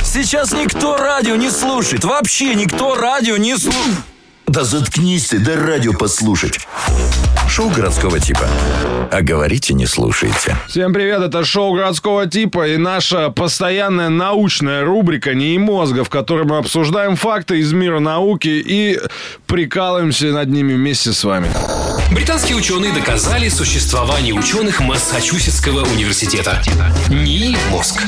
Сейчас никто радио не слушает. Вообще никто радио не слушает. Да заткнись ты, дай радио послушать. Шоу городского типа. А говорите, не слушайте. Всем привет, это шоу городского типа и наша постоянная научная рубрика «НИИ мозга», в которой мы обсуждаем факты из мира науки и прикалываемся над ними вместе с вами. Британские ученые доказали существование ученых Массачусетского университета. НИИ мозг.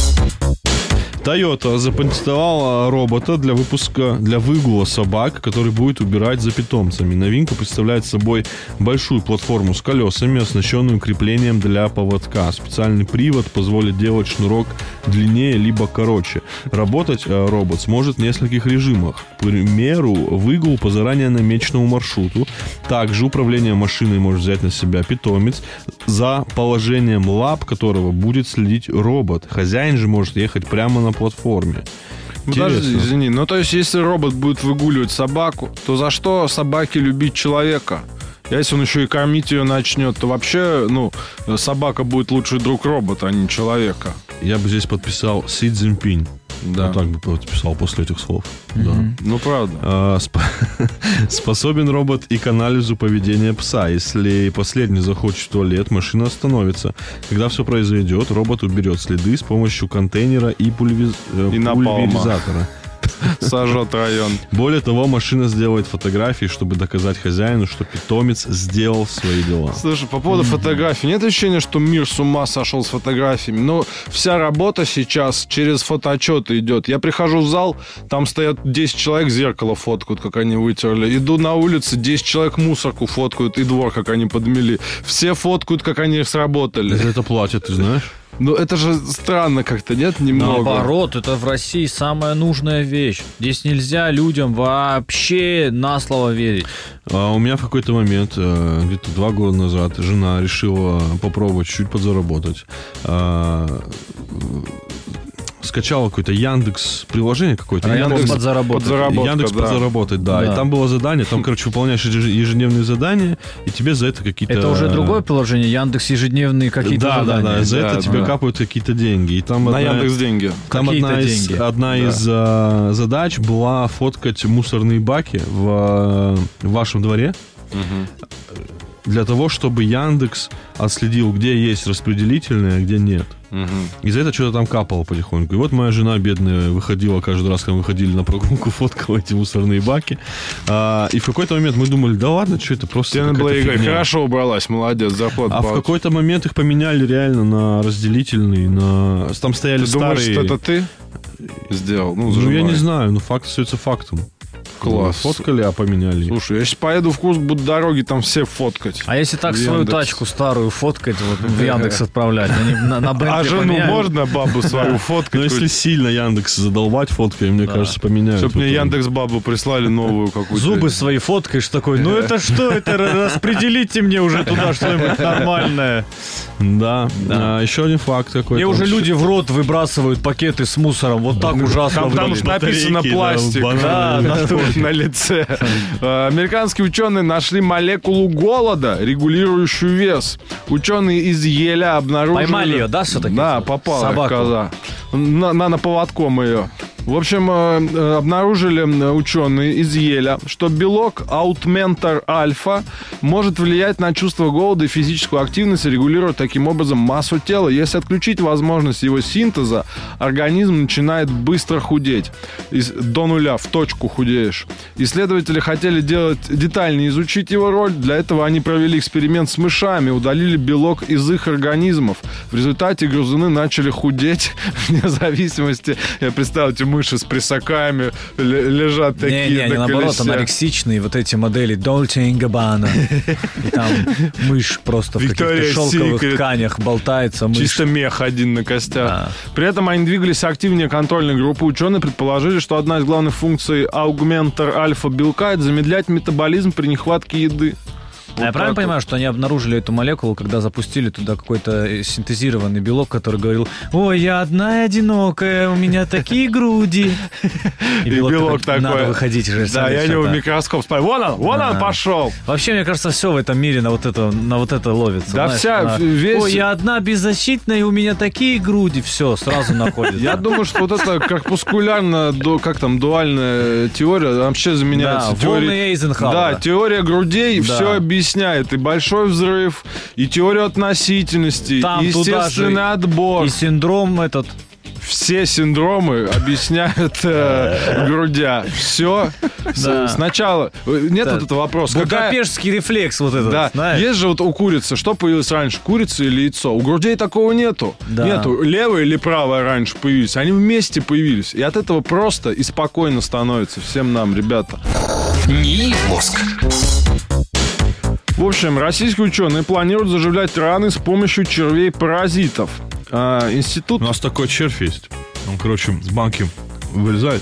Toyota запатентовала робота для выгула собак, который будет убирать за питомцами. Новинка представляет собой большую платформу с колесами, оснащенную креплением для поводка. Специальный привод позволит делать шнурок длиннее либо короче. Работать робот сможет в нескольких режимах. К примеру, выгул по заранее намеченному маршруту. Также управление машиной может взять на себя питомец, за положением лап которого будет следить робот. Хозяин же может ехать прямо на платформе. Подожди, извини. Ну, то есть, если робот будет выгуливать собаку, то за что собаке любить человека? Если он еще и кормить ее начнет, то вообще, собака будет лучший друг робота, а не человека. Я бы здесь подписал Си Цзиньпинь. Да. Вот так бы подписал после этих слов. Да. Ну, правда. Способен робот и к анализу поведения пса. Если последний захочет в туалет, машина остановится. Когда все произойдет, робот уберет следы с помощью контейнера и пульверизатора. Сожжет район. Более того, машина сделает фотографии, чтобы доказать хозяину, что питомец сделал свои дела. Слушай, по поводу фотографий, нет ощущения, что мир с ума сошел с фотографиями? Но вся работа сейчас через фотоотчеты идет. Я прихожу в зал, там стоят 10 человек, зеркало фоткают, как они вытерли. Иду на улице, 10 человек мусорку фоткают и двор, как они подмели. Все фоткают, как они сработали. За это платят, ты знаешь? Ну, это же странно как-то, нет? Немного. Наоборот, это в России самая нужная вещь. Здесь нельзя людям вообще на слово верить. У меня в какой-то момент, где-то 2 года назад, жена решила попробовать чуть-чуть подзаработать. Скачала какое-то Яндекс приложение какое-то. Яндекс подзаработать. Яндекс подзаработать, да. И там было задание, там, выполняешь ежедневные задания, и тебе за это какие-то... Это уже другое приложение, Яндекс ежедневные какие-то задания. Да, за это тебе капают какие-то деньги. И там на Яндекс деньги. Там одна из задач была фоткать мусорные баки в вашем дворе. Для того, чтобы Яндекс отследил, где есть распределительные, а где нет. И за это что-то там капало потихоньку. И вот моя жена бедная выходила каждый раз, когда мы выходили на прогулку, фоткала эти мусорные баки. И в какой-то момент мы думали, да ладно, что это просто какая-то фигня. Хорошо убралась, молодец, зарплату. А в какой-то момент их поменяли реально на разделительные. Там стояли старые... Думаешь, что это ты сделал? Ну, я не знаю, но факт остается фактом. Класс. Фоткали, а поменяли. Слушай, я сейчас поеду в Курск-Буддороги, там все фоткать. А если так свою тачку старую фоткать, вот в Яндекс отправлять? А жену можно бабу свою фоткать? Ну, если сильно Яндекс задолбать фоткой, мне кажется, поменяют. Чтоб мне Яндекс.Бабу прислали новую какую-то. Зубы свои фоткаешь такой, ну это что, это распределите мне уже туда что-нибудь нормальное. Да. Еще один факт какой-то. Мне уже люди в рот выбрасывают пакеты с мусором. Вот так ужасно. Там написано пластик. Да, на лице. Американские ученые нашли молекулу голода, регулирующую вес. Ученые из Еля обнаружили... Поймали ее, да, все-таки? Да, попала собаку. Коза. На поводком ее. В общем, обнаружили ученые из Еля, что белок аутментор альфа может влиять на чувство голода и физическую активность, и регулировать таким образом массу тела. Если отключить возможность его синтеза, организм начинает быстро худеть. До нуля, в точку худеешь. Исследователи хотели детальнее изучить его роль. Для этого они провели эксперимент с мышами, удалили белок из их организмов. В результате грызуны начали худеть вне зависимости. Я представил эти мыши с присаками лежат такие. Не, наоборот, анорексичные вот эти модели Dolce & Gabbana. И там мышь просто в каких-то шелковых тканях болтается. Чисто мех один на костях. Да. При этом они двигались активнее контрольной группы. Ученые предположили, что одна из главных функций аугментор альфа-белка — это замедлять метаболизм при нехватке еды. Вот я правильно понимаю, что они обнаружили эту молекулу, когда запустили туда какой-то синтезированный белок, который говорил: ой, я одна и одинокая, у меня такие груди. И белок такой. Надо выходить. Да, я его в микроскоп спаю. Вон он пошел. Вообще, мне кажется, все в этом мире на вот это ловится. Да, весь... Ой, я одна беззащитная, и у меня такие груди. Все, сразу находится. Я думаю, что вот это корпускулярно, как там, дуальная теория вообще заменяется. Да, волны Эйзенхауэра. Да, теория грудей все объясняет. И большой взрыв, и теорию относительности, там, и естественный отбор. И синдром этот... Все синдромы объясняют грудя. Все. Да. Сначала... Нет вот этого вопроса. Будапештский рефлекс вот этот, да. Знаешь? Есть же вот у курицы, что появилось раньше, курица или яйцо? У грудей такого нету. Да. Нету. Левое или правое раньше появились. Они вместе появились. И от этого просто и спокойно становится всем нам, ребята. НИИ мозг. В общем, российские ученые планируют заживлять раны с помощью червей-паразитов. Институт... У нас такой червь есть. Он, короче, с банки вылезает,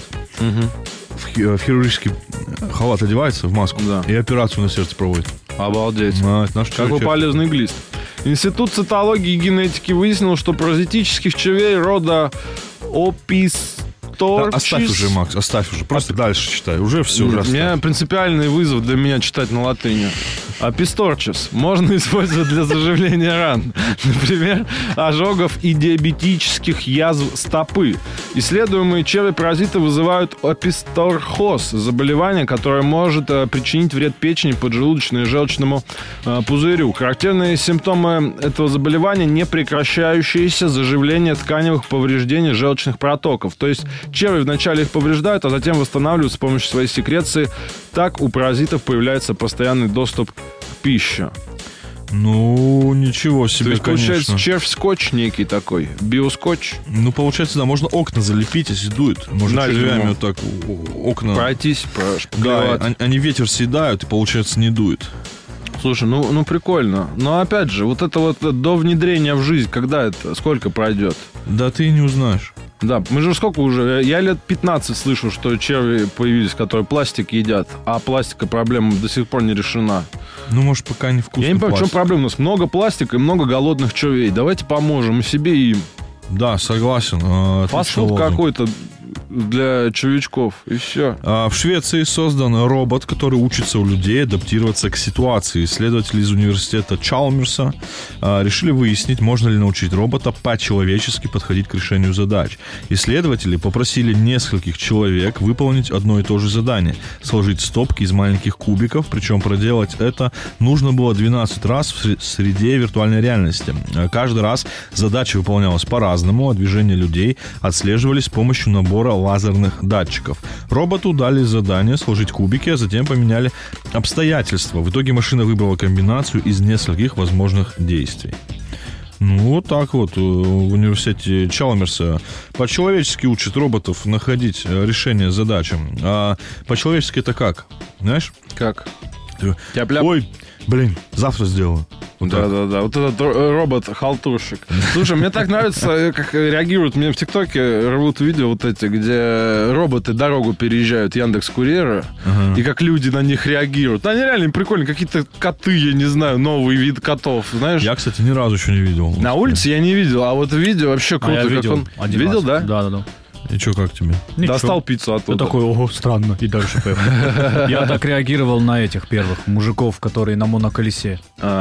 в хирургический халат одевается, в маску, и операцию на сердце проводит. Обалдеть. Это наш какой полезный глист. Институт цитологии и генетики выяснил, что паразитических червей рода Описторчис... Оставь уже, Макс, оставь уже. Просто дальше читай. Уже все. У меня принципиальный вызов для меня читать на латыни. Описторчис можно использовать для заживления ран. Например, ожогов и диабетических язв стопы. Исследуемые черви-паразиты вызывают описторхоз, заболевание, которое может причинить вред печени, поджелудочной и желчному пузырю. Характерные симптомы этого заболевания — непрекращающееся заживление тканевых повреждений желчных протоков. То есть черви вначале их повреждают, а затем восстанавливают с помощью своей секреции. Так у паразитов появляется постоянный доступ к пище. Ну, ничего себе, то есть, конечно. Получается, червь-скотч некий такой, биоскотч. Ну, получается, да, можно окна залепить, если дует. Можно червями вот так окна... Пройтись, да, они ветер съедают, и, получается, не дует. Слушай, ну прикольно. Но опять же, вот это вот до внедрения в жизнь, когда это, сколько пройдет? Да ты не узнаешь. Да, мы же сколько уже... Я лет 15 слышу, что черви появились, которые пластик едят, а пластика проблема до сих пор не решена. Ну, может, пока не вкусный. Я не понимаю, в чем проблема. У нас много пластика и много голодных червей. Давайте поможем и себе, и им. Да, согласен. Фастфуд какой-то для червячков, и все. В Швеции создан робот, который учится у людей адаптироваться к ситуации. Исследователи из университета Чалмерса решили выяснить, можно ли научить робота по-человечески подходить к решению задач. Исследователи попросили нескольких человек выполнить одно и то же задание — сложить стопки из маленьких кубиков, причем проделать это нужно было 12 раз в среде виртуальной реальности. Каждый раз задача выполнялась по-разному, а движения людей отслеживались с помощью набора лазерных датчиков. Роботу дали задание сложить кубики, а затем поменяли обстоятельства. В итоге машина выбрала комбинацию из нескольких возможных действий. Ну, вот так вот в университете Чалмерса по-человечески учат роботов находить решение задачам. А по-человечески это как? Знаешь? Как? Ой, блин, завтра сделаю. Вот да. Вот этот робот-халтурщик. Слушай, мне так нравится, как реагируют. Мне в ТикТоке рвут видео вот эти, где роботы дорогу переезжают, Яндекс.Курьера, и как люди на них реагируют. Они реально прикольные. Какие-то коты, я не знаю, новый вид котов, знаешь? Я, кстати, ни разу еще не видел. На улице я не видел, а вот видео вообще круто. Я видел. Видел, да? Да. И что, как тебе? Ничего. Достал пиццу оттуда. Я такой, ого, странно, и дальше поехал. Я так реагировал на этих первых мужиков, которые на моноколесе.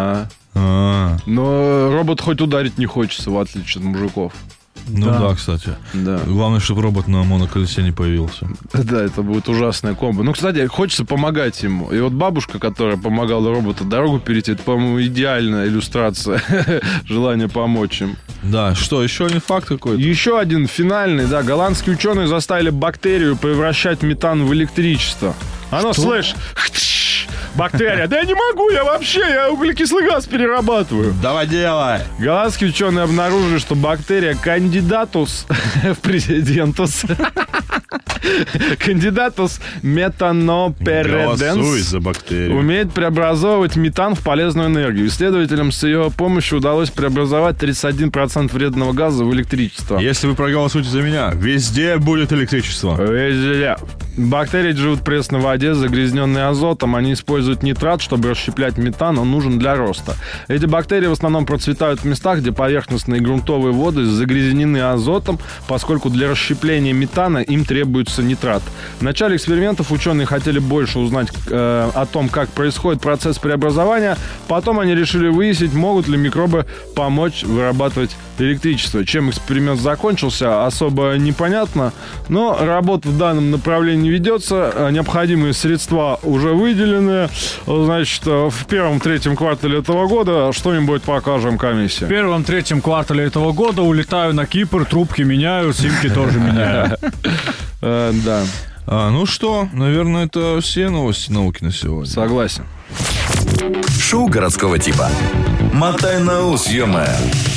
Но робот хоть ударить не хочется, в отличие от мужиков. Ну да, кстати. Да. Главное, чтобы робот на моноколесе не появился. Да, это будет ужасная комбо. Ну, кстати, хочется помогать ему. И вот бабушка, которая помогала роботу дорогу перейти, это, по-моему, идеальная иллюстрация желания помочь им. Да, что, еще один факт какой-то? Еще один финальный, да. Голландские ученые заставили бактерию превращать метан в электричество. слышь, бактерия. Да я не могу, я углекислый газ перерабатываю. Давай делай. Голландские ученые обнаружили, что бактерия кандидатус в президентус кандидатус метанопереденс за бактерию. Умеет преобразовывать метан в полезную энергию. Исследователям с ее помощью удалось преобразовать 31% вредного газа в электричество. Если вы проголосуете за меня, везде будет электричество. Везде. Бактерии живут в пресной воде, загрязненной азотом. Они используют нитрат, чтобы расщеплять метан, он нужен для роста. Эти бактерии в основном процветают в местах, где поверхностные и грунтовые воды загрязнены азотом, поскольку для расщепления метана им требуется нитрат. В начале экспериментов ученые хотели больше узнать о том, как происходит процесс преобразования. Потом они решили выяснить, могут ли микробы помочь вырабатывать электричество. Чем эксперимент закончился, особо непонятно, но работа в данном направлении ведется, необходимые средства уже выделены. Значит, в первом-третьем квартале этого года что-нибудь покажем комиссии. В первом-третьем квартале этого года улетаю на Кипр, трубки меняю, симки тоже меняю. Да. Ну что, наверное, это все новости науки на сегодня. Согласен. Шоу городского типа. Мотай на ус, ё-моё.